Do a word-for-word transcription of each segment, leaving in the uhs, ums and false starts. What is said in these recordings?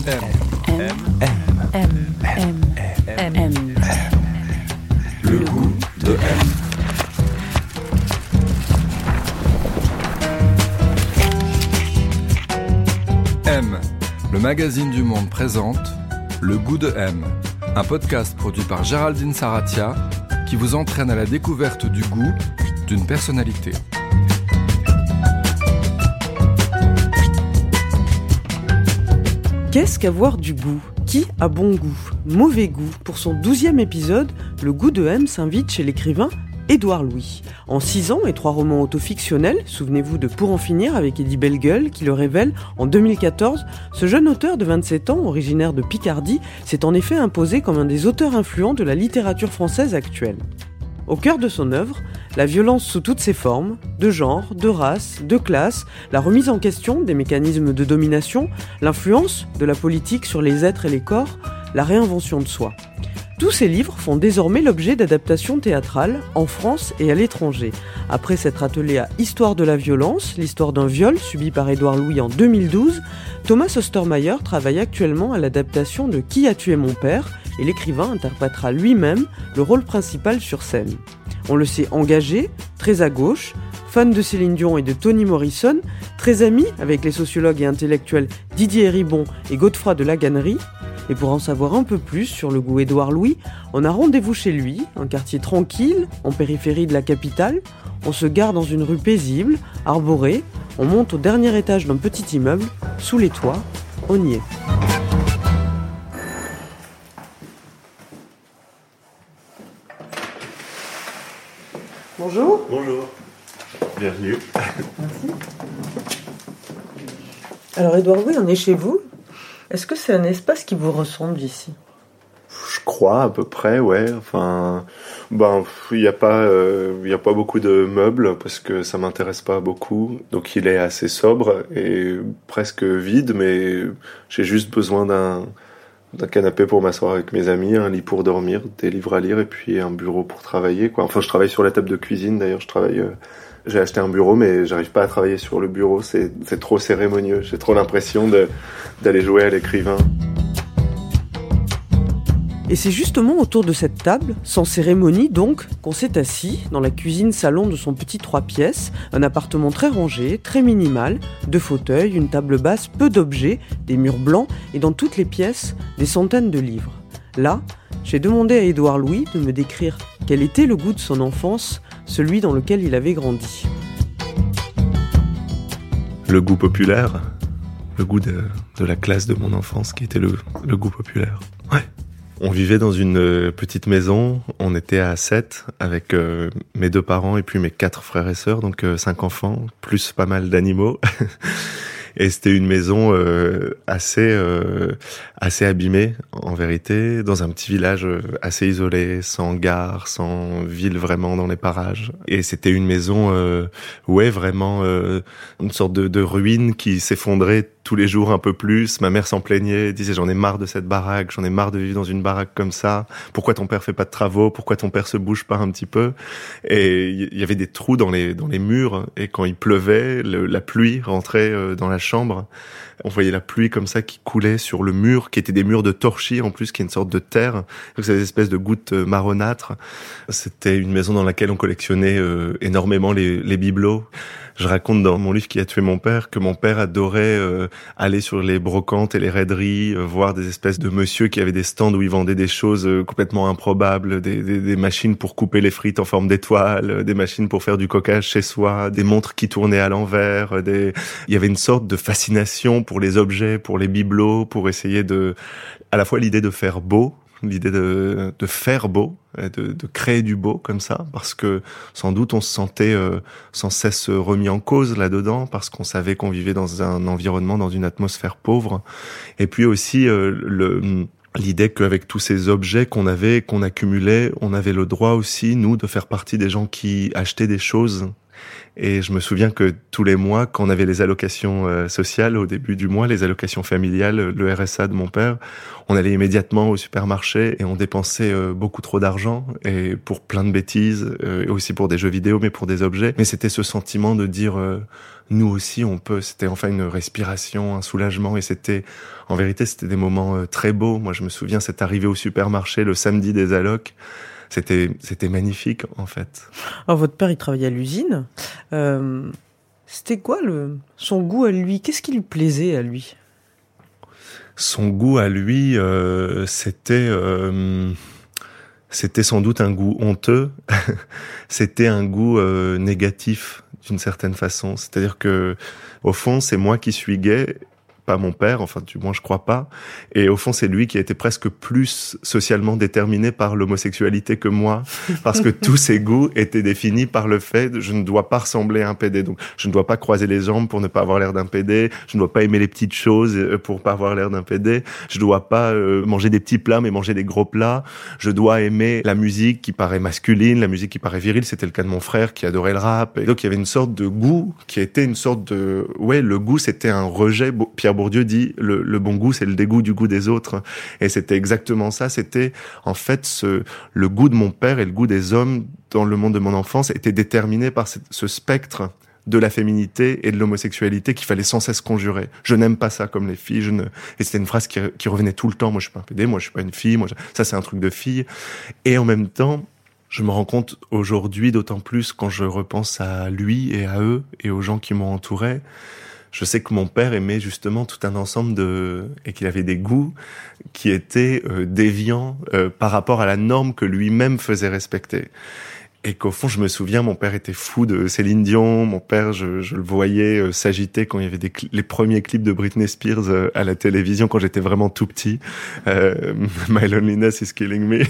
M. M. M. M. M. Le goût de M. M, le magazine du Monde présente Le goût de M, un podcast produit par Géraldine Saratia qui vous entraîne à la découverte du goût d'une personnalité. Qu'est-ce qu'avoir du goût ? Qui a bon goût ? Mauvais goût ? Pour son douzième épisode, Le goût de M s'invite chez l'écrivain Édouard Louis. En six ans et trois romans autofictionnels, souvenez-vous de Pour en finir avec Eddie Bellegueule qui le révèle en deux mille quatorze, ce jeune auteur de vingt-sept ans, originaire de Picardie, s'est en effet imposé comme un des auteurs influents de la littérature française actuelle. Au cœur de son œuvre, la violence sous toutes ses formes, de genre, de race, de classe, la remise en question des mécanismes de domination, l'influence de la politique sur les êtres et les corps, la réinvention de soi. Tous ces livres font désormais l'objet d'adaptations théâtrales en France et à l'étranger. Après s'être attelé à Histoire de la violence, l'histoire d'un viol subi par Édouard Louis en deux mille douze, Thomas Ostermayer travaille actuellement à l'adaptation de Qui a tué mon père et l'écrivain interprétera lui-même le rôle principal sur scène. On le sait engagé, très à gauche, fan de Céline Dion et de Toni Morrison, très ami avec les sociologues et intellectuels Didier Ribon et Godefroy de Laganerie. Et pour en savoir un peu plus sur le goût Édouard Louis, on a rendez-vous chez lui, un quartier tranquille, en périphérie de la capitale. On se gare dans une rue paisible, arborée, on monte au dernier étage d'un petit immeuble, sous les toits, on y est. Bonjour. Bonjour. Bienvenue. Merci. Alors Édouard Louis, on est chez vous. Est-ce que c'est un espace qui vous ressemble ici ? Je crois à peu près, ouais. Enfin, ben, il n'y a pas, euh, il y a pas beaucoup de meubles parce que ça m'intéresse pas beaucoup. Donc il est assez sobre et presque vide, mais j'ai juste besoin d'un, d'un canapé pour m'asseoir avec mes amis, un lit pour dormir, des livres à lire et puis un bureau pour travailler, quoi. Enfin, je travaille sur la table de cuisine. D'ailleurs, je travaille. Euh, J'ai acheté un bureau, mais j'arrive pas à travailler sur le bureau. C'est, c'est trop cérémonieux. J'ai trop l'impression de, d'aller jouer à l'écrivain. Et c'est justement autour de cette table, sans cérémonie donc, qu'on s'est assis dans la cuisine-salon de son petit trois pièces, un appartement très rangé, très minimal, deux fauteuils, une table basse, peu d'objets, des murs blancs et dans toutes les pièces, des centaines de livres. Là, j'ai demandé à Édouard Louis de me décrire quel était le goût de son enfance, celui dans lequel il avait grandi. Le goût populaire, le goût de, de la classe de mon enfance qui était le, le goût populaire. Ouais. On vivait dans une petite maison, on était à sept avec euh, mes deux parents et puis mes quatre frères et sœurs, donc euh, cinq enfants, plus pas mal d'animaux. Et c'était une maison euh, assez euh, assez abîmée en vérité, dans un petit village assez isolé, sans gare, sans ville vraiment dans les parages. Et c'était une maison, euh, ouais, vraiment euh, une sorte de, de ruine qui s'effondrait tous les jours un peu plus. Ma mère s'en plaignait, disait j'en ai marre de cette baraque, j'en ai marre de vivre dans une baraque comme ça. Pourquoi ton père fait pas de travaux ? Pourquoi ton père se bouge pas un petit peu ? Et il y avait des trous dans les dans les murs. Et quand il pleuvait, le, la pluie rentrait euh, dans la chambre. On voyait la pluie comme ça qui coulait sur le mur, qui étaient des murs de torchis en plus, qui est une sorte de terre. Donc c'est des espèces de gouttes marronâtres. C'était une maison dans laquelle on collectionnait euh, énormément les, les bibelots. Je raconte dans mon livre Qui a tué mon père que mon père adorait euh, aller sur les brocantes et les raideries, euh, voir des espèces de monsieur qui avaient des stands où ils vendaient des choses euh, complètement improbables, des, des, des machines pour couper les frites en forme d'étoile, euh, des machines pour faire du coquage chez soi, des montres qui tournaient à l'envers. Euh, des... Il y avait une sorte de fascination pour les objets, pour les bibelots, pour essayer de... à la fois l'idée de faire beau, l'idée de, de faire beau, de, de créer du beau comme ça, parce que sans doute on se sentait euh, sans cesse remis en cause là-dedans, parce qu'on savait qu'on vivait dans un environnement, dans une atmosphère pauvre. Et puis aussi euh, le... l'idée qu'avec tous ces objets qu'on avait, qu'on accumulait, on avait le droit aussi, nous, de faire partie des gens qui achetaient des choses. Et je me souviens que tous les mois, quand on avait les allocations euh, sociales au début du mois, les allocations familiales, le R S A de mon père, on allait immédiatement au supermarché et on dépensait euh, beaucoup trop d'argent, et pour plein de bêtises, euh, et aussi pour des jeux vidéo, mais pour des objets. Mais c'était ce sentiment de dire euh, nous aussi on peut. C'était enfin une respiration, un soulagement, et c'était, en vérité, c'était des moments euh, très beaux. Moi, je me souviens, cette arrivée au supermarché le samedi des allocs, c'était, c'était magnifique, en fait. Alors, votre père, il travaillait à l'usine. Euh, c'était quoi le, son goût à lui? Qu'est-ce qui lui plaisait à lui? Son goût à lui, euh, c'était... Euh, C'était sans doute un goût honteux, c'était un goût euh, négatif d'une certaine façon. C'est-à-dire que, au fond, c'est moi qui suis gay, pas mon père, enfin du moins je crois pas. Et au fond, c'est lui qui a été presque plus socialement déterminé par l'homosexualité que moi, parce que tous ses goûts étaient définis par le fait que je ne dois pas ressembler à un pédé. Donc je ne dois pas croiser les jambes pour ne pas avoir l'air d'un pédé, je ne dois pas aimer les petites choses pour pas avoir l'air d'un pédé, je dois pas euh, manger des petits plats mais manger des gros plats, je dois aimer la musique qui paraît masculine, la musique qui paraît virile. C'était le cas de mon frère qui adorait le rap. Et donc il y avait une sorte de goût qui était une sorte de... Ouais, le goût c'était un rejet. Pierre Bourdieu dit le, le bon goût c'est le dégoût du goût des autres, et c'était exactement ça. C'était en fait ce, le goût de mon père et le goût des hommes dans le monde de mon enfance était déterminé par ce, ce spectre de la féminité et de l'homosexualité qu'il fallait sans cesse conjurer. Je n'aime pas ça comme les filles. Je ne... Et c'était une phrase qui, qui revenait tout le temps. Moi je suis pas un pédé, moi je suis pas une fille, moi je... ça c'est un truc de fille. Et en même temps, je me rends compte aujourd'hui, d'autant plus quand je repense à lui et à eux et aux gens qui m'ont entouré. Je sais que mon père aimait justement tout un ensemble de... et qu'il avait des goûts qui étaient euh, déviants euh, par rapport à la norme que lui-même faisait respecter. Et qu'au fond, je me souviens, mon père était fou de Céline Dion. Mon père, je, je le voyais euh, s'agiter quand il y avait des cl- les premiers clips de Britney Spears euh, à la télévision quand j'étais vraiment tout petit. Euh, My loneliness is killing me.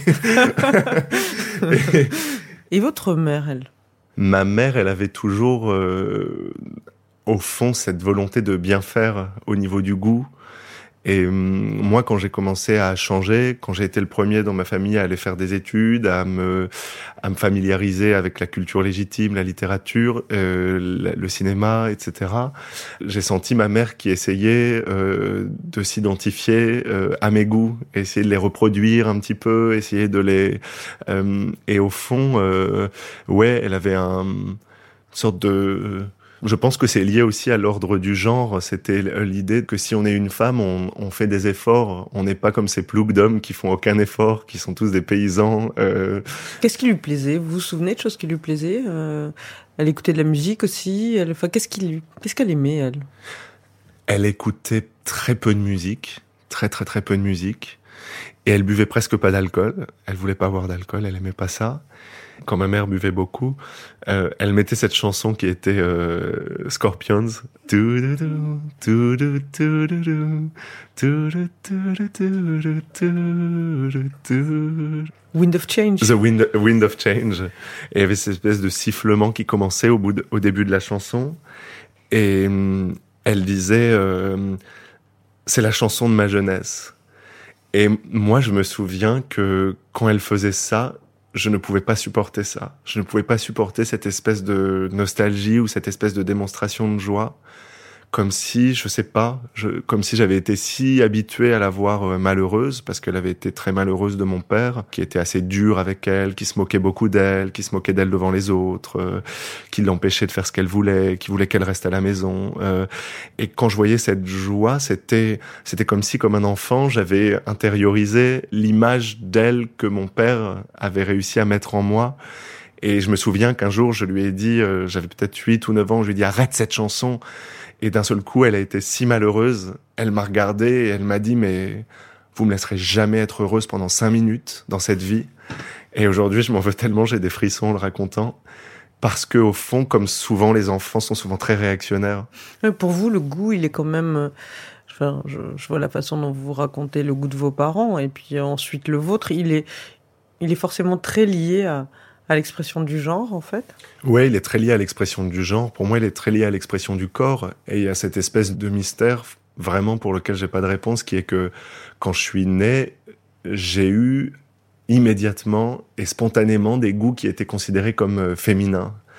et... et votre mère, elle? Ma mère, elle avait toujours... Euh, au fond, cette volonté de bien faire au niveau du goût. Et moi, quand j'ai commencé à changer, quand j'ai été le premier dans ma famille à aller faire des études, à me, à me familiariser avec la culture légitime, la littérature, euh, le cinéma, et cetera, j'ai senti ma mère qui essayait euh, de s'identifier euh, à mes goûts, essayer de les reproduire un petit peu, essayer de les... Euh, et au fond, euh, ouais, elle avait un, une sorte de... Je pense que c'est lié aussi à l'ordre du genre. C'était l'idée que si on est une femme, on, on fait des efforts. On n'est pas comme ces ploucs d'hommes qui font aucun effort, qui sont tous des paysans. Euh... Qu'est-ce qui lui plaisait? Vous vous souvenez de choses qui lui plaisaient? euh, Elle écoutait de la musique aussi. Elle... Enfin, qu'est-ce qui lui... qu'est-ce qu'elle aimait, elle? Elle écoutait très peu de musique, très très très peu de musique, et elle buvait presque pas d'alcool. Elle voulait pas boire d'alcool, elle aimait pas ça. Quand ma mère buvait beaucoup, euh, elle mettait cette chanson qui était euh, Scorpions. Wind of Change. The Wind, Wind of Change. Et il y avait cette espèce de sifflement qui commençait au, bout de, au début de la chanson. Et euh, elle disait, euh, c'est la chanson de ma jeunesse. Et moi, je me souviens que quand elle faisait ça, je ne pouvais pas supporter ça. Je ne pouvais pas supporter cette espèce de nostalgie ou cette espèce de démonstration de joie. Comme si, je sais pas, je, comme si j'avais été si habitué à la voir euh, malheureuse, parce qu'elle avait été très malheureuse de mon père, qui était assez dur avec elle, qui se moquait beaucoup d'elle, qui se moquait d'elle devant les autres, euh, qui l'empêchait de faire ce qu'elle voulait, qui voulait qu'elle reste à la maison. Euh, et quand je voyais cette joie, c'était, c'était comme si, comme un enfant, j'avais intériorisé l'image d'elle que mon père avait réussi à mettre en moi. Et je me souviens qu'un jour, je lui ai dit, euh, j'avais peut-être huit ou neuf ans, je lui ai dit, arrête cette chanson. Et d'un seul coup, elle a été si malheureuse. Elle m'a regardé et elle m'a dit, mais vous me laisserez jamais être heureuse pendant cinq minutes dans cette vie. Et aujourd'hui, je m'en veux tellement, j'ai des frissons en le racontant. Parce que, au fond, comme souvent, les enfants sont souvent très réactionnaires. Pour vous, le goût, il est quand même... Enfin, je, je vois la façon dont vous racontez le goût de vos parents, et puis ensuite le vôtre, il est, il est forcément très lié à... à l'expression du genre, en fait? Ouais, il est très lié à l'expression du genre. Pour moi, il est très lié à l'expression du corps. Et il y a cette espèce de mystère, vraiment, pour lequel j'ai pas de réponse, qui est que quand je suis né, j'ai eu immédiatement et spontanément des goûts qui étaient considérés comme euh, féminins.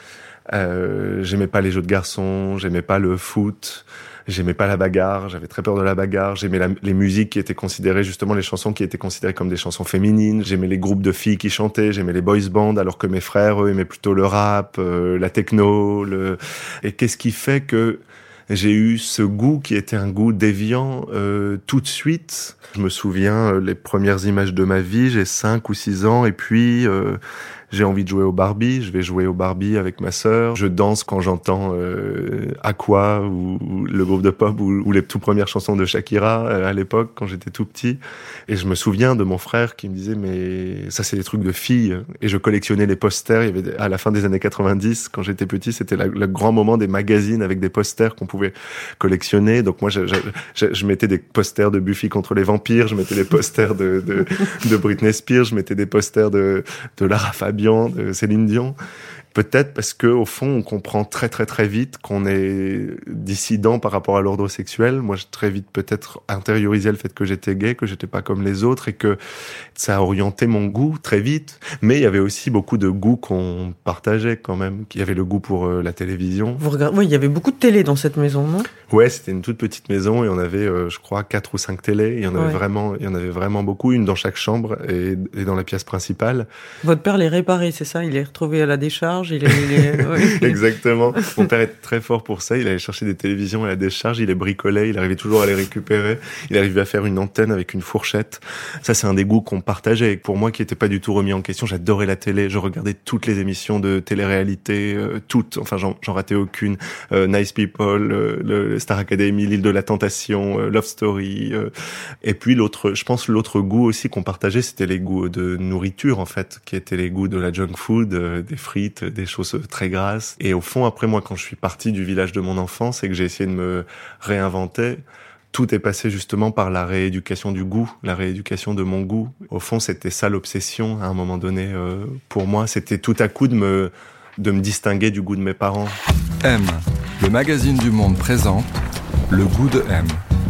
Euh, j'aimais pas les jeux de garçons, j'aimais pas le foot, j'aimais pas la bagarre, j'avais très peur de la bagarre, j'aimais la, les musiques qui étaient considérées, justement les chansons qui étaient considérées comme des chansons féminines, j'aimais les groupes de filles qui chantaient, j'aimais les boys bands, alors que mes frères, eux, aimaient plutôt le rap, euh, la techno, le... Et qu'est-ce qui fait que j'ai eu ce goût qui était un goût déviant euh, tout de suite. Je me souviens, euh, les premières images de ma vie, j'ai cinq ou six ans, et puis... Euh, j'ai envie de jouer au Barbie, je vais jouer au Barbie avec ma sœur. Je danse quand j'entends euh, Aqua ou, ou le groupe de pop ou, ou les toutes premières chansons de Shakira euh, à l'époque quand j'étais tout petit. Et je me souviens de mon frère qui me disait mais ça c'est des trucs de filles. Et je collectionnais les posters. Il y avait des, à la fin des années quatre-vingt-dix quand j'étais petit, c'était la, le grand moment des magazines avec des posters qu'on pouvait collectionner. Donc moi je, je, je, je mettais des posters de Buffy contre les vampires, je mettais des posters de, de, de Britney Spears, je mettais des posters de, de Lara Fabian, de Céline Dion. Peut-être parce que au fond, on comprend très très très vite qu'on est dissident par rapport à l'ordre sexuel. Moi, j'ai très vite peut-être intériorisé le fait que j'étais gay, que j'étais pas comme les autres et que ça a orienté mon goût très vite. Mais il y avait aussi beaucoup de goûts qu'on partageait quand même. Il y avait le goût pour euh, la télévision. Vous regardez... Oui, il y avait beaucoup de télé dans cette maison, non ? Ouais, c'était une toute petite maison et on avait, euh, je crois, quatre ou cinq télés. Il y en avait ouais. vraiment, il y en avait vraiment beaucoup, une dans chaque chambre et, et dans la pièce principale. Votre père les réparait, c'est ça ? Il est retrouvé à la décharge. Il est, il est... Ouais. Exactement. Mon père était très fort pour ça. Il allait chercher des télévisions à la décharge, il les bricolait, il arrivait toujours à les récupérer. Il arrivait à faire une antenne avec une fourchette. Ça, c'est un des goûts qu'on partageait. Et pour moi, qui n'était pas du tout remis en question, j'adorais la télé. Je regardais toutes les émissions de télé-réalité, euh, toutes. Enfin, j'en, j'en ratais aucune. Euh, Nice People, euh, le Star Academy, L'île de la tentation, euh, Love Story. Euh. Et puis l'autre, je pense l'autre goût aussi qu'on partageait, c'était les goûts de nourriture, en fait, qui étaient les goûts de la junk food, euh, des frites, des choses très grasses. Et au fond, après moi, quand je suis parti du village de mon enfance et que j'ai essayé de me réinventer, tout est passé justement par la rééducation du goût, la rééducation de mon goût. Au fond, c'était ça l'obsession à un moment donné euh, pour moi. C'était tout à coup de me, de me distinguer du goût de mes parents. M, le magazine du Monde présente le goût de M.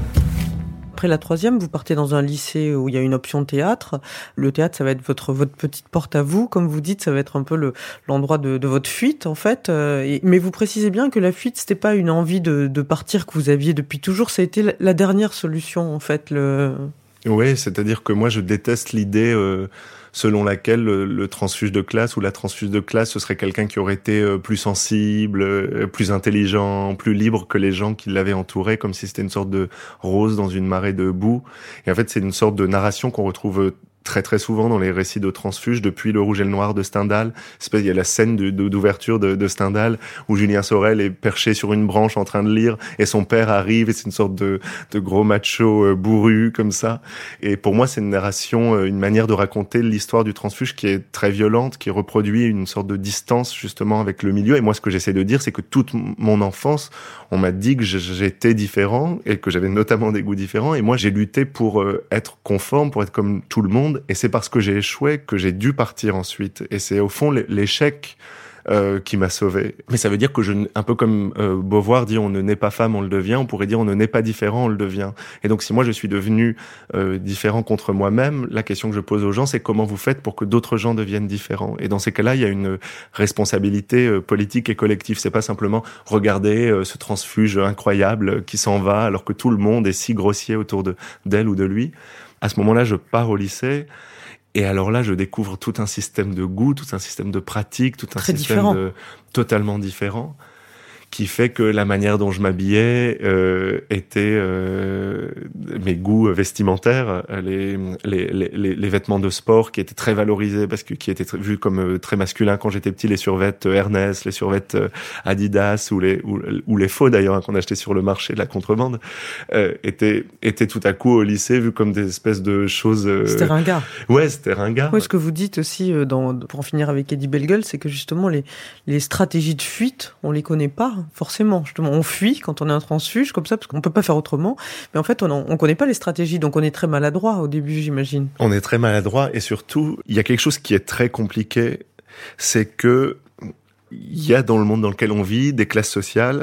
Après la troisième, vous partez dans un lycée où il y a une option théâtre. Le théâtre, ça va être votre votre petite porte à vous, comme vous dites, ça va être un peu le l'endroit de, de votre fuite en fait. Euh, et, mais vous précisez bien que la fuite, c'était pas une envie de, de partir que vous aviez depuis toujours. Ça a été la, la dernière solution en fait. Le... Oui, c'est-à-dire que moi, je déteste l'idée. Euh... selon laquelle le, le transfuge de classe ou la transfuge de classe, ce serait quelqu'un qui aurait été euh, plus sensible, euh, plus intelligent, plus libre que les gens qui l'avaient entouré, comme si c'était une sorte de rose dans une marée de boue. Et en fait, c'est une sorte de narration qu'on retrouve très très souvent dans les récits de transfuges, depuis Le Rouge et le Noir de Stendhal. Il y a la scène de, de, d'ouverture de, de Stendhal où Julien Sorel est perché sur une branche en train de lire et son père arrive et c'est une sorte de, de gros macho euh, bourru comme ça. Et pour moi, c'est une narration, euh, une manière de raconter l'histoire du transfuge qui est très violente, qui reproduit une sorte de distance justement avec le milieu. Et moi, ce que j'essaie de dire, c'est que toute mon enfance, on m'a dit que j'étais différent et que j'avais notamment des goûts différents. Et moi, j'ai lutté pour euh, être conforme, pour être comme tout le monde. Et c'est parce que j'ai échoué que j'ai dû partir ensuite. Et c'est au fond l'échec euh, qui m'a sauvé. Mais ça veut dire que je, un peu comme euh, Beauvoir dit, on ne naît pas femme, on le devient. On pourrait dire on ne naît pas différent, on le devient. Et donc si moi je suis devenu euh, différent contre moi-même, la question que je pose aux gens, c'est comment vous faites pour que d'autres gens deviennent différents. Et dans ces cas-là, il y a une responsabilité euh, politique et collective. C'est pas simplement regarder euh, ce transfuge incroyable qui s'en va alors que tout le monde est si grossier autour de d'elle ou de lui. À ce moment-là, je pars au lycée et alors là, je découvre tout un système de goût, tout un système de pratique, tout un Très système différent. de totalement différent, qui fait que la manière dont je m'habillais euh, était euh, mes goûts vestimentaires, les, les, les, les vêtements de sport qui étaient très valorisés parce que qui étaient très, vus comme euh, très masculins quand j'étais petit, les survêtes Ernest, les survêtes euh, Adidas ou les ou, ou les faux d'ailleurs hein, qu'on achetait sur le marché de la contrebande euh, étaient étaient tout à coup au lycée vus comme des espèces de choses. Euh... C'était ringard. Ouais, c'était ringard. Oui, ce que vous dites aussi euh, dans, pour en finir avec Eddie Bellegueule, c'est que justement les les stratégies de fuite, on les connaît pas. Forcément, justement, on fuit quand on est un transfuge comme ça, parce qu'on peut pas faire autrement. Mais en fait, on ne connaît pas les stratégies, donc on est très maladroit au début, j'imagine. On est très maladroit et surtout, il y a quelque chose qui est très compliqué, c'est que il y a dans le monde dans lequel on vit des classes sociales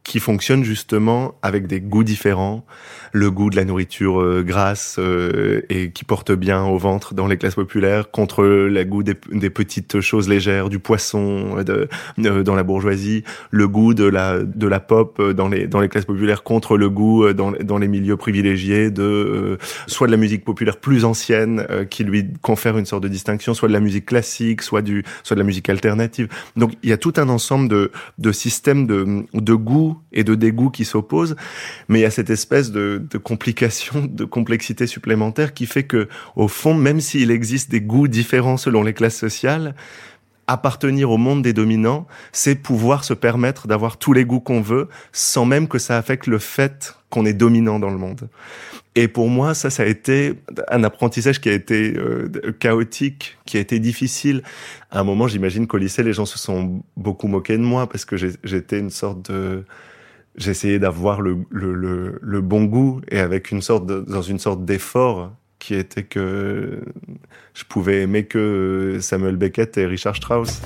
qui fonctionne justement avec des goûts différents, le goût de la nourriture euh, grasse euh, et qui porte bien au ventre dans les classes populaires, contre le goût des, des petites choses légères, du poisson de, de, dans la bourgeoisie, le goût de la de la pop dans les dans les classes populaires, contre le goût dans dans les milieux privilégiés de euh, soit de la musique populaire plus ancienne euh, qui lui confère une sorte de distinction, soit de la musique classique, soit du soit de la musique alternative. Donc il y a tout un ensemble de de systèmes de de goûts et de dégoûts qui s'opposent, mais il y a cette espèce de, de complication, de complexité supplémentaire qui fait que, au fond, même s'il existe des goûts différents selon les classes sociales, appartenir au monde des dominants, c'est pouvoir se permettre d'avoir tous les goûts qu'on veut, sans même que ça affecte le fait qu'on est dominant dans le monde. Et pour moi, ça, ça a été un apprentissage qui a été euh, chaotique, qui a été difficile. À un moment, j'imagine qu'au lycée, les gens se sont beaucoup moqués de moi parce que j'ai, j'étais une sorte de... J'essayais d'avoir le, le, le, le bon goût et avec une sorte de, dans une sorte d'effort qui était que je pouvais aimer que Samuel Beckett et Richard Strauss.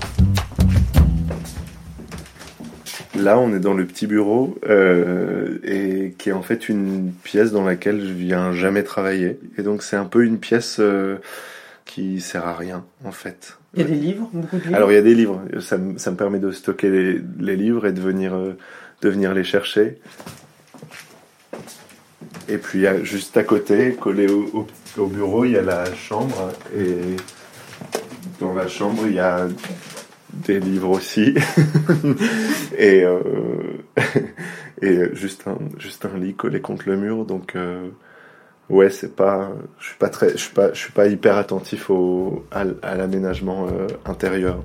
Là, on est dans le petit bureau euh, et qui est en fait une pièce dans laquelle je viens jamais travailler. Et donc, c'est un peu une pièce euh, qui sert à rien, en fait. Il y a des livres, beaucoup de livres. Alors, il y a des livres. Ça, m- ça me permet de stocker les, les livres et de venir, euh, de venir les chercher. Et puis, il y a juste à côté, collé au, au, au bureau, il y a la chambre. Et dans la chambre, il y a des livres aussi. et, euh, et juste un, juste un lit collé contre le mur. Donc, euh, ouais, c'est pas, je suis pas très, je suis pas, je suis pas hyper attentif au, à, à l'aménagement euh, intérieur.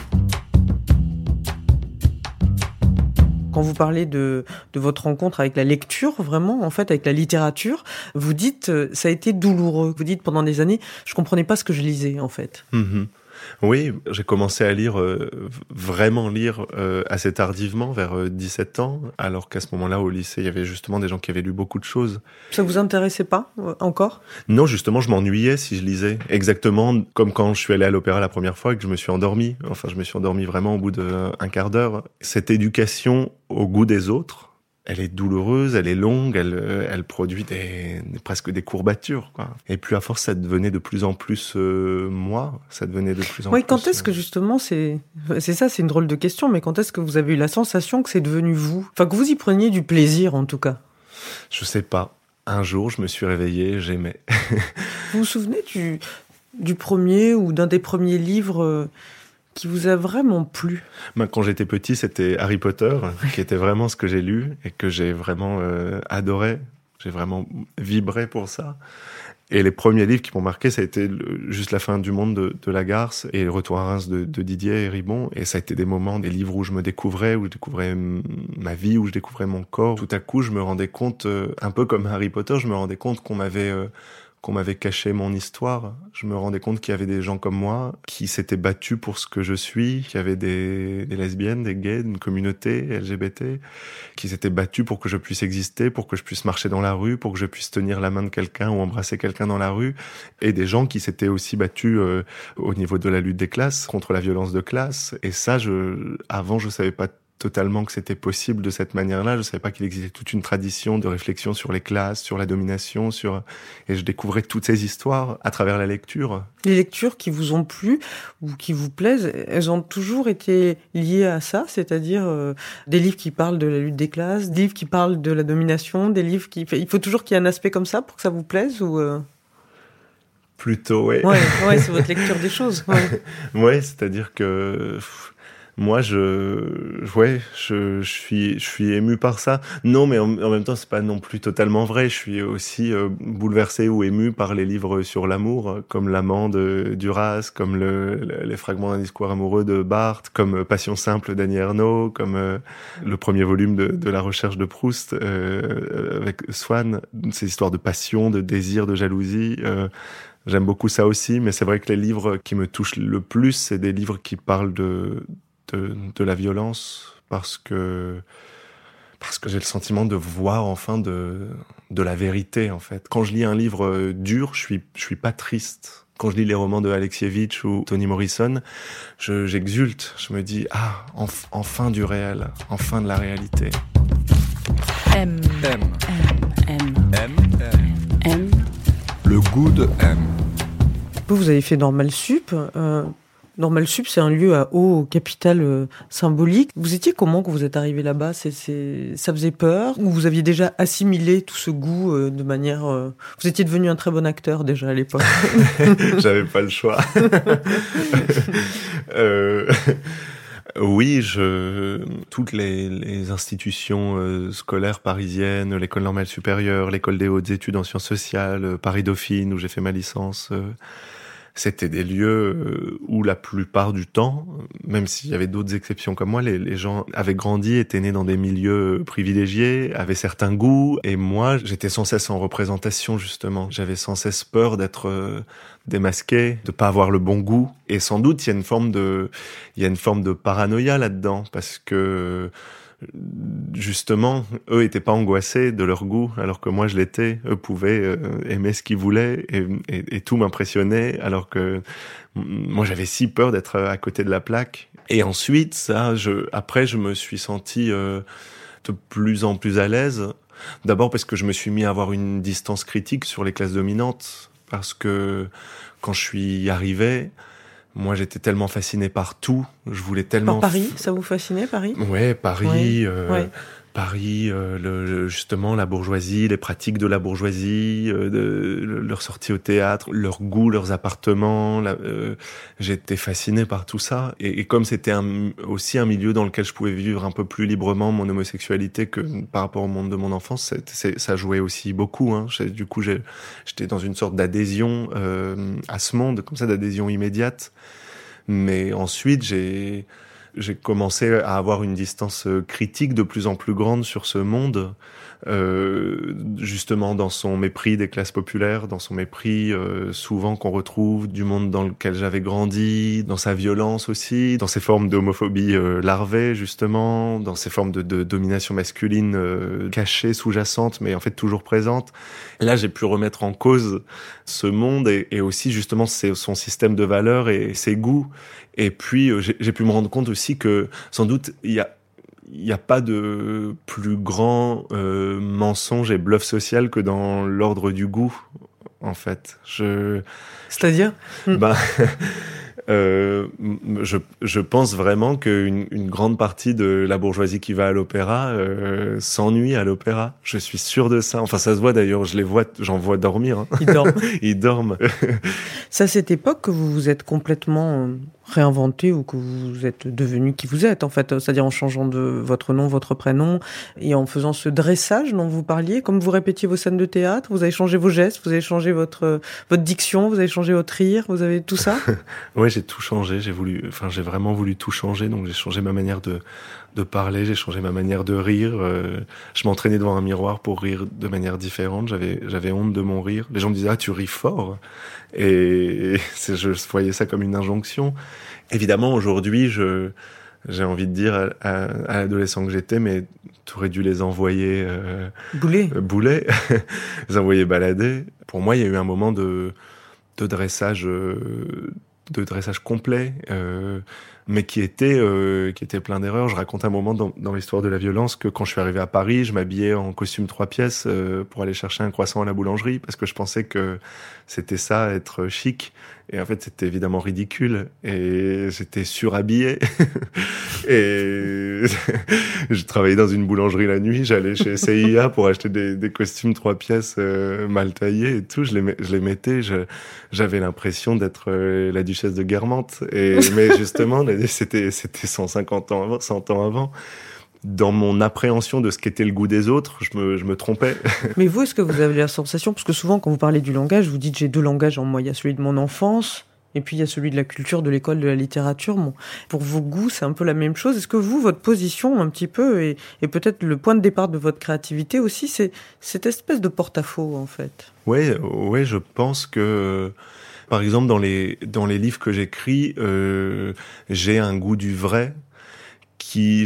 Quand vous parlez de, de votre rencontre avec la lecture, vraiment, en fait, avec la littérature, vous dites, euh, ça a été douloureux. Vous dites, pendant des années, je comprenais pas ce que je lisais, en fait. Mm-hmm. Oui, j'ai commencé à lire, euh, vraiment lire euh, assez tardivement, vers euh, dix-sept ans, alors qu'à ce moment-là, au lycée, il y avait justement des gens qui avaient lu beaucoup de choses. Ça vous intéressait pas, euh, encore ? Non, justement, je m'ennuyais si je lisais. Exactement comme quand je suis allé à l'opéra la première fois et que je me suis endormi. Enfin, je me suis endormi vraiment au bout d'un quart d'heure. Cette éducation au goût des autres, elle est douloureuse, elle est longue, elle, elle produit des, presque des courbatures, quoi. Et puis à force, ça devenait de plus en plus euh, moi, ça devenait de plus en oui, plus... quand est-ce que justement, c'est, c'est ça, c'est une drôle de question, mais quand est-ce que vous avez eu la sensation que c'est devenu vous ? Enfin, que vous y preniez du plaisir, en tout cas. Je sais pas. Un jour, je me suis réveillé, j'aimais. Vous vous souvenez du, du premier ou d'un des premiers livres euh, qui vous a vraiment plu ? Ben, quand j'étais petit, c'était Harry Potter, qui était vraiment ce que j'ai lu et que j'ai vraiment euh, adoré. J'ai vraiment vibré pour ça. Et les premiers livres qui m'ont marqué, ça a été le, juste La fin du monde de, de Lagarce et Le retour à Reims de, de Didier et Ribon. Et ça a été des moments, des livres où je me découvrais, où je découvrais m- ma vie, où je découvrais mon corps. Tout à coup, je me rendais compte, euh, un peu comme Harry Potter, je me rendais compte qu'on m'avait... Euh, qu'on m'avait caché mon histoire. Je me rendais compte qu'il y avait des gens comme moi qui s'étaient battus pour ce que je suis, qu'il y avait des, des lesbiennes, des gays, une communauté L G B T, qui s'étaient battus pour que je puisse exister, pour que je puisse marcher dans la rue, pour que je puisse tenir la main de quelqu'un ou embrasser quelqu'un dans la rue, et des gens qui s'étaient aussi battus euh, au niveau de la lutte des classes, contre la violence de classe. Et ça, je, avant, je savais pas totalement que c'était possible de cette manière-là. Je savais pas qu'il existait toute une tradition de réflexion sur les classes, sur la domination, sur... Et je découvrais toutes ces histoires à travers la lecture. Les lectures qui vous ont plu ou qui vous plaisent, elles ont toujours été liées à ça, c'est-à-dire euh, des livres qui parlent de la lutte des classes, des livres qui parlent de la domination, des livres qui... Il faut toujours qu'il y ait un aspect comme ça pour que ça vous plaise ou... Euh... Plutôt, ouais. Ouais, ouais, c'est votre lecture des choses. Ouais, ouais, c'est-à-dire que... Pff, moi, je, ouais, je, je suis, je suis ému par ça. Non, mais en, en même temps, c'est pas non plus totalement vrai. Je suis aussi euh, bouleversé ou ému par les livres sur l'amour, comme L'amant de Duras, comme le, le, les fragments d'un discours amoureux de Barthes, comme Passion simple d'Annie Ernaux, comme euh, le premier volume de, de La recherche de Proust euh, avec Swann. Ces histoires de passion, de désir, de jalousie. Euh, j'aime beaucoup ça aussi, mais c'est vrai que les livres qui me touchent le plus, c'est des livres qui parlent de De, de la violence, parce que parce que j'ai le sentiment de voir enfin de de la vérité, en fait. Quand je lis un livre dur, je suis je suis pas triste. Quand je lis les romans de Alexievitch ou Toni Morrison, je j'exulte, je me dis ah enf- enfin du réel, enfin de la réalité. M. M. M. M. M. M. Le goût de M. Vous, vous avez fait Normal Sup. Euh, Normal Sup, c'est un lieu à haut capital euh, symbolique. Vous étiez comment quand vous êtes arrivé là-bas? c'est, c'est... Ça faisait peur? Ou vous aviez déjà assimilé tout ce goût euh, de manière... Euh... Vous étiez devenu un très bon acteur déjà à l'époque. J'avais pas le choix. euh... Oui, je... toutes les, les institutions euh, scolaires parisiennes, l'école normale supérieure, l'école des hautes études en sciences sociales, euh, Paris Dauphine, où j'ai fait ma licence, euh, c'était des lieux euh, où la plupart du temps, même s'il y avait d'autres exceptions comme moi, les, les gens avaient grandi, étaient nés dans des milieux privilégiés, avaient certains goûts, et moi, j'étais sans cesse en représentation, justement. J'avais sans cesse peur d'être... Euh, démasqué, de pas avoir le bon goût. Et sans doute, il y a une forme de, il y a une forme de paranoïa là-dedans, parce que, justement, eux étaient pas angoissés de leur goût, alors que moi je l'étais. Eux pouvaient euh, aimer ce qu'ils voulaient et, et, et tout m'impressionnait, alors que moi j'avais si peur d'être à côté de la plaque. Et ensuite, ça, je, après, je me suis senti euh, de plus en plus à l'aise. D'abord parce que je me suis mis à avoir une distance critique sur les classes dominantes. Parce que quand je suis arrivé, moi j'étais tellement fasciné par tout, je voulais tellement... Par Paris, ça vous fascinait, Paris? Ouais, Paris, ouais. Euh, ouais. Paris, euh, le, justement la bourgeoisie, les pratiques de la bourgeoisie, euh, de, leur sortie au théâtre, leur goût, leurs appartements. La, euh, j'étais fasciné par tout ça. Et, et comme c'était un, aussi un milieu dans lequel je pouvais vivre un peu plus librement mon homosexualité que par rapport au monde de mon enfance, c'est, c'est, ça jouait aussi beaucoup. Hein. J'ai, du coup, j'ai, j'étais dans une sorte d'adhésion euh, à ce monde, comme ça, d'adhésion immédiate. Mais ensuite, j'ai... j'ai commencé à avoir une distance critique de plus en plus grande sur ce monde, euh, justement dans son mépris des classes populaires, dans son mépris euh, souvent qu'on retrouve du monde dans lequel j'avais grandi, dans sa violence aussi, dans ses formes d'homophobie euh, larvée justement, dans ses formes de, de domination masculine euh, cachée, sous-jacente, mais en fait toujours présente. Et là, j'ai pu remettre en cause ce monde et, et aussi justement ses, son système de valeurs et ses goûts. Et puis, euh, j'ai, j'ai pu me rendre compte aussi que, sans doute, il y a, il y a pas de plus grand euh, mensonge et bluff social que dans l'ordre du goût, en fait. Je... C'est-à-dire Ben, euh, je, je pense vraiment qu'une une grande partie de la bourgeoisie qui va à l'opéra euh, s'ennuie à l'opéra. Je suis sûr de ça. Enfin, ça se voit d'ailleurs, je les vois, j'en vois dormir. Hein. Ils dorment. Ils dorment. C'est à cette époque que vous vous êtes complètement réinventé ou que vous êtes devenu qui vous êtes, en fait. C'est-à-dire en changeant de votre nom, votre prénom et en faisant ce dressage dont vous parliez. Comme vous répétiez vos scènes de théâtre, vous avez changé vos gestes, vous avez changé votre, votre diction, vous avez changé votre rire, vous avez tout ça? Ouais, j'ai tout changé. J'ai voulu, enfin, j'ai vraiment voulu tout changer. Donc, j'ai changé ma manière de, de parler, j'ai changé ma manière de rire. Euh, je m'entraînais devant un miroir pour rire de manière différente. J'avais, j'avais honte de mon rire. Les gens me disaient, ah, tu ris fort. Et, et c'est, je voyais ça comme une injonction. Évidemment, aujourd'hui, je, j'ai envie de dire à, à, à l'adolescent que j'étais, mais t'aurais dû les envoyer, euh, bouler, euh, bouler, les envoyer balader. Pour moi, il y a eu un moment de, de dressage, euh, de dressage complet, euh, mais qui était, euh, qui était plein d'erreurs. Je raconte un moment dans, dans l'histoire de la violence que quand je suis arrivé à Paris, je m'habillais en costume trois pièces euh, pour aller chercher un croissant à la boulangerie parce que je pensais que c'était ça, être chic. Et en fait, c'était évidemment ridicule. Et j'étais surhabillé. Et je travaillais dans une boulangerie la nuit. J'allais chez C I A pour acheter des, des costumes trois pièces euh, mal taillés et tout. Je les, je les mettais. Je, j'avais l'impression d'être euh, la duchesse de Guermantes. Et, mais justement, c'était, c'était cent cinquante ans avant, cent ans avant. Dans mon appréhension de ce qu'était le goût des autres, je me, je me trompais. Mais vous, est-ce que vous avez la sensation, parce que souvent quand vous parlez du langage, vous dites j'ai deux langages en moi, il y a celui de mon enfance, et puis il y a celui de la culture, de l'école, de la littérature. Bon, pour vos goûts, c'est un peu la même chose. Est-ce que vous, votre position un petit peu, et, et peut-être le point de départ de votre créativité aussi, c'est cette espèce de porte-à-faux en fait? Oui, ouais, je pense que... Par exemple, dans les, dans les livres que j'écris, euh, j'ai un goût du vrai qui, je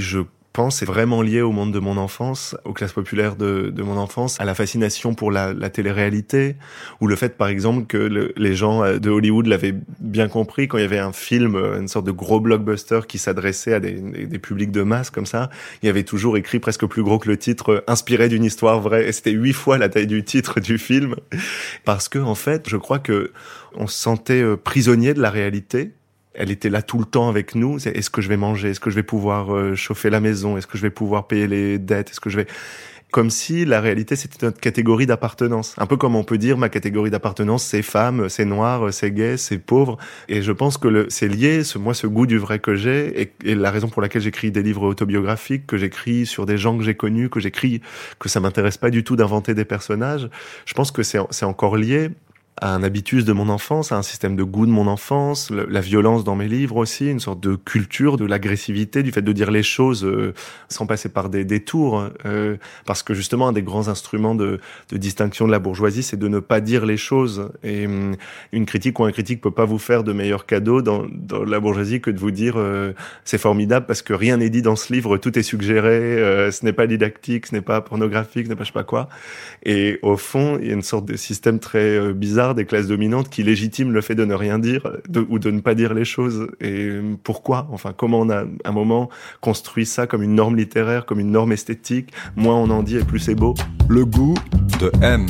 pense c'est vraiment lié au monde de mon enfance, aux classes populaires de, de mon enfance, à la fascination pour la, la télé-réalité, ou le fait par exemple que le, les gens de Hollywood l'avaient bien compris quand il y avait un film, une sorte de gros blockbuster qui s'adressait à des, des, des publics de masse comme ça, il y avait toujours écrit presque plus gros que le titre, inspiré d'une histoire vraie, et c'était huit fois la taille du titre du film, parce que en fait, je crois que on se sentait prisonnier de la réalité. Elle était là tout le temps avec nous. C'est, est-ce que je vais manger? Est-ce que je vais pouvoir euh, chauffer la maison? Est-ce que je vais pouvoir payer les dettes? Est-ce que je vais... Comme si la réalité, c'était notre catégorie d'appartenance. Un peu comme on peut dire, ma catégorie d'appartenance, c'est femme, c'est noir, c'est gay, c'est pauvre. Et je pense que le, c'est lié, ce, moi, ce goût du vrai que j'ai, et, et la raison pour laquelle j'écris des livres autobiographiques, que j'écris sur des gens que j'ai connus, que j'écris, que ça m'intéresse pas du tout d'inventer des personnages. Je pense que c'est, c'est encore lié à un habitus de mon enfance, à un système de goût de mon enfance, le, la violence dans mes livres aussi, une sorte de culture de l'agressivité, du fait de dire les choses euh, sans passer par des détours, euh, parce que justement un des grands instruments de, de distinction de la bourgeoisie, c'est de ne pas dire les choses. Et hum, une critique ou un critique peut pas vous faire de meilleur cadeau dans, dans la bourgeoisie que de vous dire euh, c'est formidable parce que rien n'est dit dans ce livre, tout est suggéré, euh, ce n'est pas didactique, ce n'est pas pornographique, ce n'est pas je sais pas quoi. Et au fond, il y a une sorte de système très euh, bizarre des classes dominantes qui légitiment le fait de ne rien dire de, ou de ne pas dire les choses. Et pourquoi? Enfin, comment on a, à un moment, construit ça comme une norme littéraire, comme une norme esthétique? Moins on en dit et plus c'est beau. Le goût de M.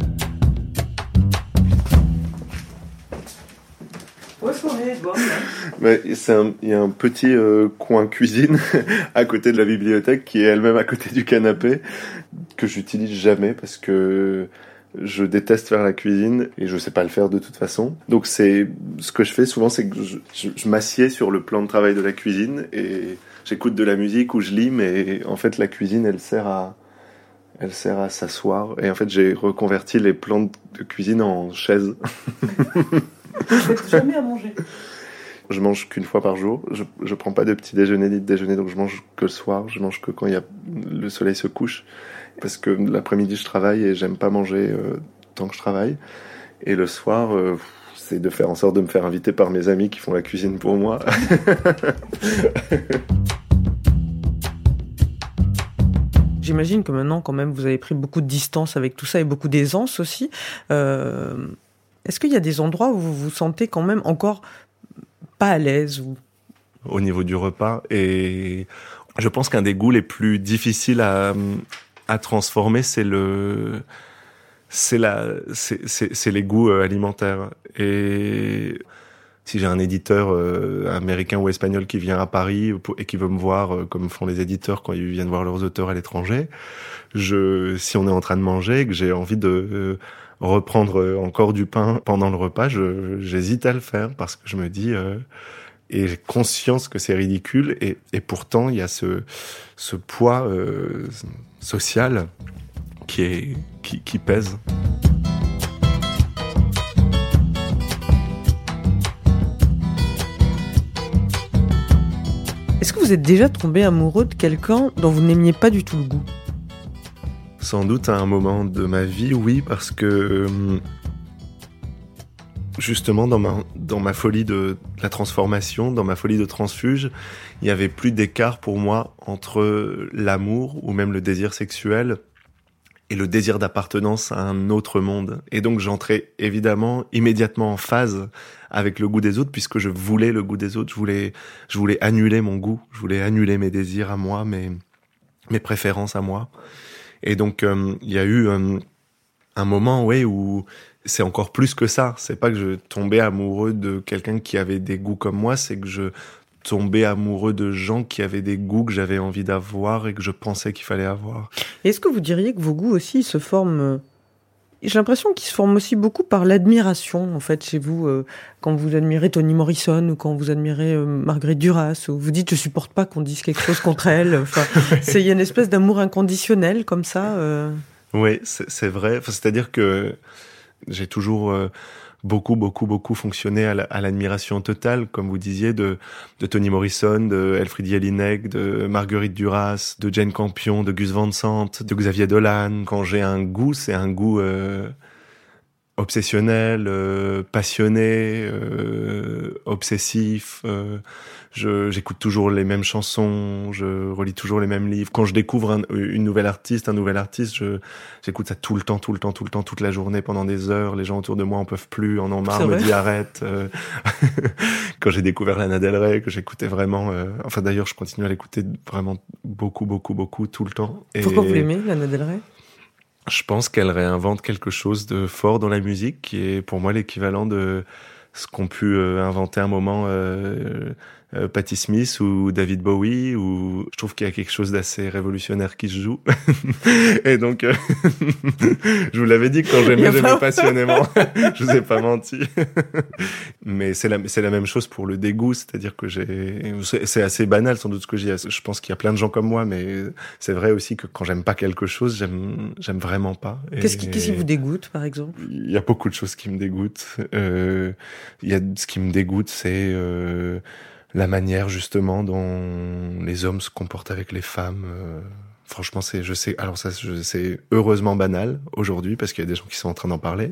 Où est-ce qu'on est, bon, Mais c'est un, il y a un petit euh, coin cuisine à côté de la bibliothèque qui est elle-même à côté du canapé que j'utilise jamais parce que je déteste faire la cuisine et je sais pas le faire de toute façon. Donc c'est ce que je fais souvent, c'est que je, je, je m'assieds sur le plan de travail de la cuisine et j'écoute de la musique ou je lis, mais en fait la cuisine elle sert à elle sert à s'asseoir et en fait j'ai reconverti les plans de cuisine en chaises. Vous faites jamais à manger? Je mange qu'une fois par jour. Je, je prends pas de petit déjeuner ni de déjeuner, donc je mange que le soir. Je mange que quand il y a le soleil se couche. Parce que l'après-midi, je travaille et j'aime pas manger euh, tant que je travaille. Et le soir, euh, c'est de faire en sorte de me faire inviter par mes amis qui font la cuisine pour moi. J'imagine que maintenant, quand même, vous avez pris beaucoup de distance avec tout ça et beaucoup d'aisance aussi. Euh, est-ce qu'il y a des endroits où vous vous sentez quand même encore pas à l'aise ou... Au niveau du repas. Et je pense qu'un des goûts les plus difficiles à... à transformer, c'est le, c'est la, c'est, c'est, c'est les goûts euh, alimentaires. Et si j'ai un éditeur euh, américain ou espagnol qui vient à Paris et qui veut me voir, euh, comme font les éditeurs quand ils viennent voir leurs auteurs à l'étranger, je, si on est en train de manger et que j'ai envie de euh, reprendre encore du pain pendant le repas, je, j'hésite à le faire parce que je me dis, euh, et j'ai conscience que c'est ridicule, et, et pourtant il y a ce, ce poids euh, social qui, est, qui, qui pèse. Est-ce que vous êtes déjà tombé amoureux de quelqu'un dont vous n'aimiez pas du tout le goût? Sans doute à un moment de ma vie, oui, parce que... Euh, justement, dans ma, dans ma folie de la transformation, dans ma folie de transfuge, il y avait plus d'écart pour moi entre l'amour ou même le désir sexuel et le désir d'appartenance à un autre monde. Et donc j'entrais évidemment immédiatement en phase avec le goût des autres, puisque je voulais le goût des autres, je voulais, je voulais annuler mon goût, je voulais annuler mes désirs à moi, mes, mes préférences à moi. Et donc euh, il y a eu euh, un moment, ouais, où c'est encore plus que ça. C'est pas que je tombais amoureux de quelqu'un qui avait des goûts comme moi, c'est que je tombais amoureux de gens qui avaient des goûts que j'avais envie d'avoir et que je pensais qu'il fallait avoir. Et est-ce que vous diriez que vos goûts aussi se forment... J'ai l'impression qu'ils se forment aussi beaucoup par l'admiration, en fait, chez vous, euh, quand vous admirez Toni Morrison ou quand vous admirez euh, Marguerite Duras, ou vous dites « je supporte pas qu'on dise quelque chose contre elle ». Enfin, c'est, il y a une espèce d'amour inconditionnel comme ça. Euh... Oui, c'est, c'est vrai. Enfin, c'est-à-dire que j'ai toujours euh, beaucoup, beaucoup, beaucoup fonctionné à, la, à l'admiration totale, comme vous disiez, de, de Toni Morrison, de Elfriede Jelinek, de Marguerite Duras, de Jane Campion, de Gus Van Sant, de Xavier Dolan. Quand j'ai un goût, c'est un goût euh, obsessionnel, euh, passionné, euh, obsessif. Euh, je, j'écoute toujours les mêmes chansons, je relis toujours les mêmes livres. Quand je découvre un, une nouvelle artiste, un nouvel artiste, je, j'écoute ça tout le temps, tout le temps, tout le temps, toute la journée, pendant des heures. Les gens autour de moi en peuvent plus, en ont marre, me disent arrête. Euh, quand j'ai découvert Lana Del Rey, que j'écoutais vraiment... Euh, enfin d'ailleurs, je continue à l'écouter vraiment beaucoup, beaucoup, beaucoup, tout le temps. Et pourquoi vous l'aimez, Lana Del Rey ? Je pense qu'elle réinvente quelque chose de fort dans la musique, qui est pour moi l'équivalent de ce qu'ont pu euh, inventer un moment euh, euh, Patti Smith ou David Bowie. Ou je trouve qu'il y a quelque chose d'assez révolutionnaire qui se joue. Et donc, euh, je vous l'avais dit que quand j'aimais, j'aimais pas... passionnément. Je vous ai pas menti. Mais c'est la, c'est la même chose pour le dégoût, c'est-à-dire que j'ai, c'est, c'est assez banal sans doute ce que j'ai. Je pense qu'il y a plein de gens comme moi, mais c'est vrai aussi que quand j'aime pas quelque chose, j'aime, j'aime vraiment pas. Et qu'est-ce qui, qu'est-ce qui vous dégoûte, par exemple ? Il y a beaucoup de choses qui me dégoûtent. Euh, il y a ce qui me dégoûte, c'est euh, la manière justement dont les hommes se comportent avec les femmes. Euh, franchement, c'est, je sais, alors ça, je, c'est heureusement banal aujourd'hui parce qu'il y a des gens qui sont en train d'en parler,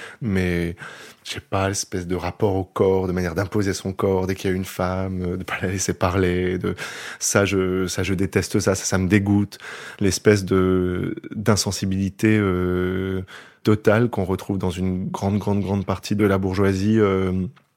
mais je sais pas, l'espèce de rapport au corps, de manière d'imposer son corps dès qu'il y a une femme, de pas la laisser parler, de ça, je, ça, je déteste ça, ça, ça me dégoûte. L'espèce de d'insensibilité euh, totale qu'on retrouve dans une grande, grande, grande partie de la bourgeoisie. Euh,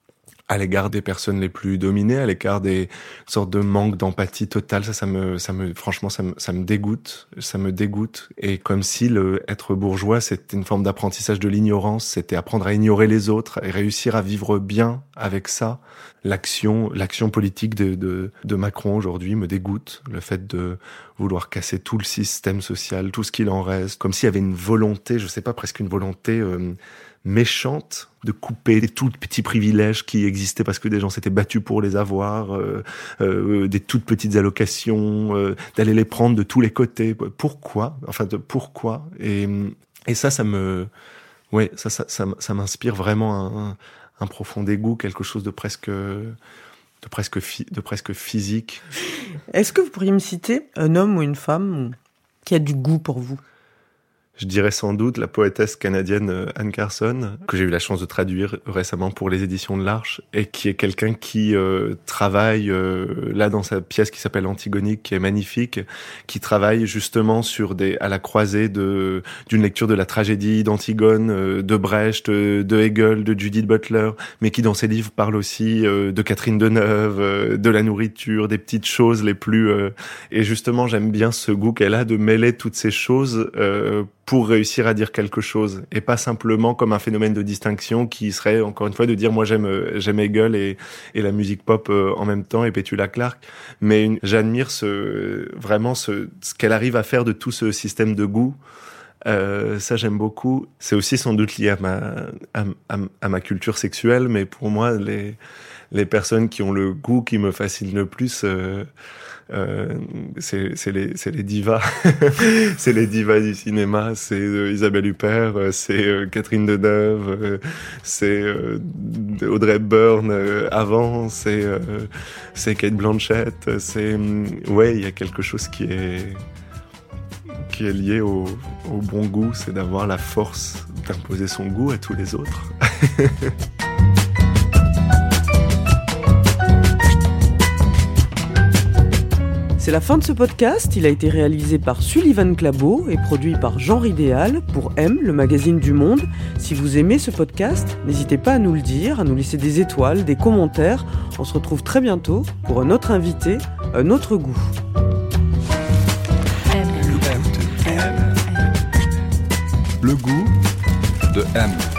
à l'égard des personnes les plus dominées, à l'égard des sortes de manque d'empathie totale, ça, ça me, ça me, franchement, ça me, ça me dégoûte, ça me dégoûte. Et comme si le être bourgeois, c'était une forme d'apprentissage de l'ignorance, c'était apprendre à ignorer les autres et réussir à vivre bien avec ça. L'action, l'action politique de, de, de Macron aujourd'hui me dégoûte. Le fait de vouloir casser tout le système social, tout ce qu'il en reste, comme s'il y avait une volonté, je sais pas, presque une volonté euh, méchante de couper des tout petits privilèges qui existaient parce que des gens s'étaient battus pour les avoir, euh, euh, des toutes petites allocations, euh, d'aller les prendre de tous les côtés. Pourquoi ? Enfin, de, pourquoi ? Et, et ça, ça me, ouais, ça, ça, ça, ça m'inspire vraiment un, un profond dégoût, quelque chose de presque, de presque, fi, de presque physique. Est-ce que vous pourriez me citer un homme ou une femme qui a du goût pour vous ? Je dirais sans doute la poétesse canadienne Anne Carson, que j'ai eu la chance de traduire récemment pour les éditions de l'Arche, et qui est quelqu'un qui euh, travaille, euh, là dans sa pièce qui s'appelle Antigonique, qui est magnifique, qui travaille justement sur des, à la croisée de, d'une lecture de la tragédie d'Antigone, euh, de Brecht, euh, de Hegel, de Judith Butler, mais qui dans ses livres parle aussi euh, de Catherine Deneuve, euh, de la nourriture, des petites choses les plus... Euh, et justement, j'aime bien ce goût qu'elle a de mêler toutes ces choses euh, pour réussir à dire quelque chose, et pas simplement comme un phénomène de distinction qui serait, encore une fois, de dire moi j'aime j'aime Hegel et, et la musique pop euh, en même temps, et Petula Clark, mais une, j'admire ce, vraiment ce, ce qu'elle arrive à faire de tout ce système de goût. Euh, ça j'aime beaucoup. C'est aussi sans doute lié à ma, à, à, à ma culture sexuelle, mais pour moi, les, les personnes qui ont le goût qui me fascine le plus... Euh, Euh, c'est, c'est les, c'est les divas, c'est les divas du cinéma, c'est euh, Isabelle Huppert, euh, c'est euh, Catherine Deneuve, euh, c'est euh, Audrey Hepburn euh, avant, c'est euh, c'est Cate Blanchett, c'est euh, ouais, il y a quelque chose qui est qui est lié au, au bon goût, c'est d'avoir la force d'imposer son goût à tous les autres. C'est la fin de ce podcast. Il a été réalisé par Sullivan Clabot et produit par Genre Idéal pour M, le magazine du Monde. Si vous aimez ce podcast, n'hésitez pas à nous le dire, à nous laisser des étoiles, des commentaires. On se retrouve très bientôt pour un autre invité, un autre goût. Le goût de M.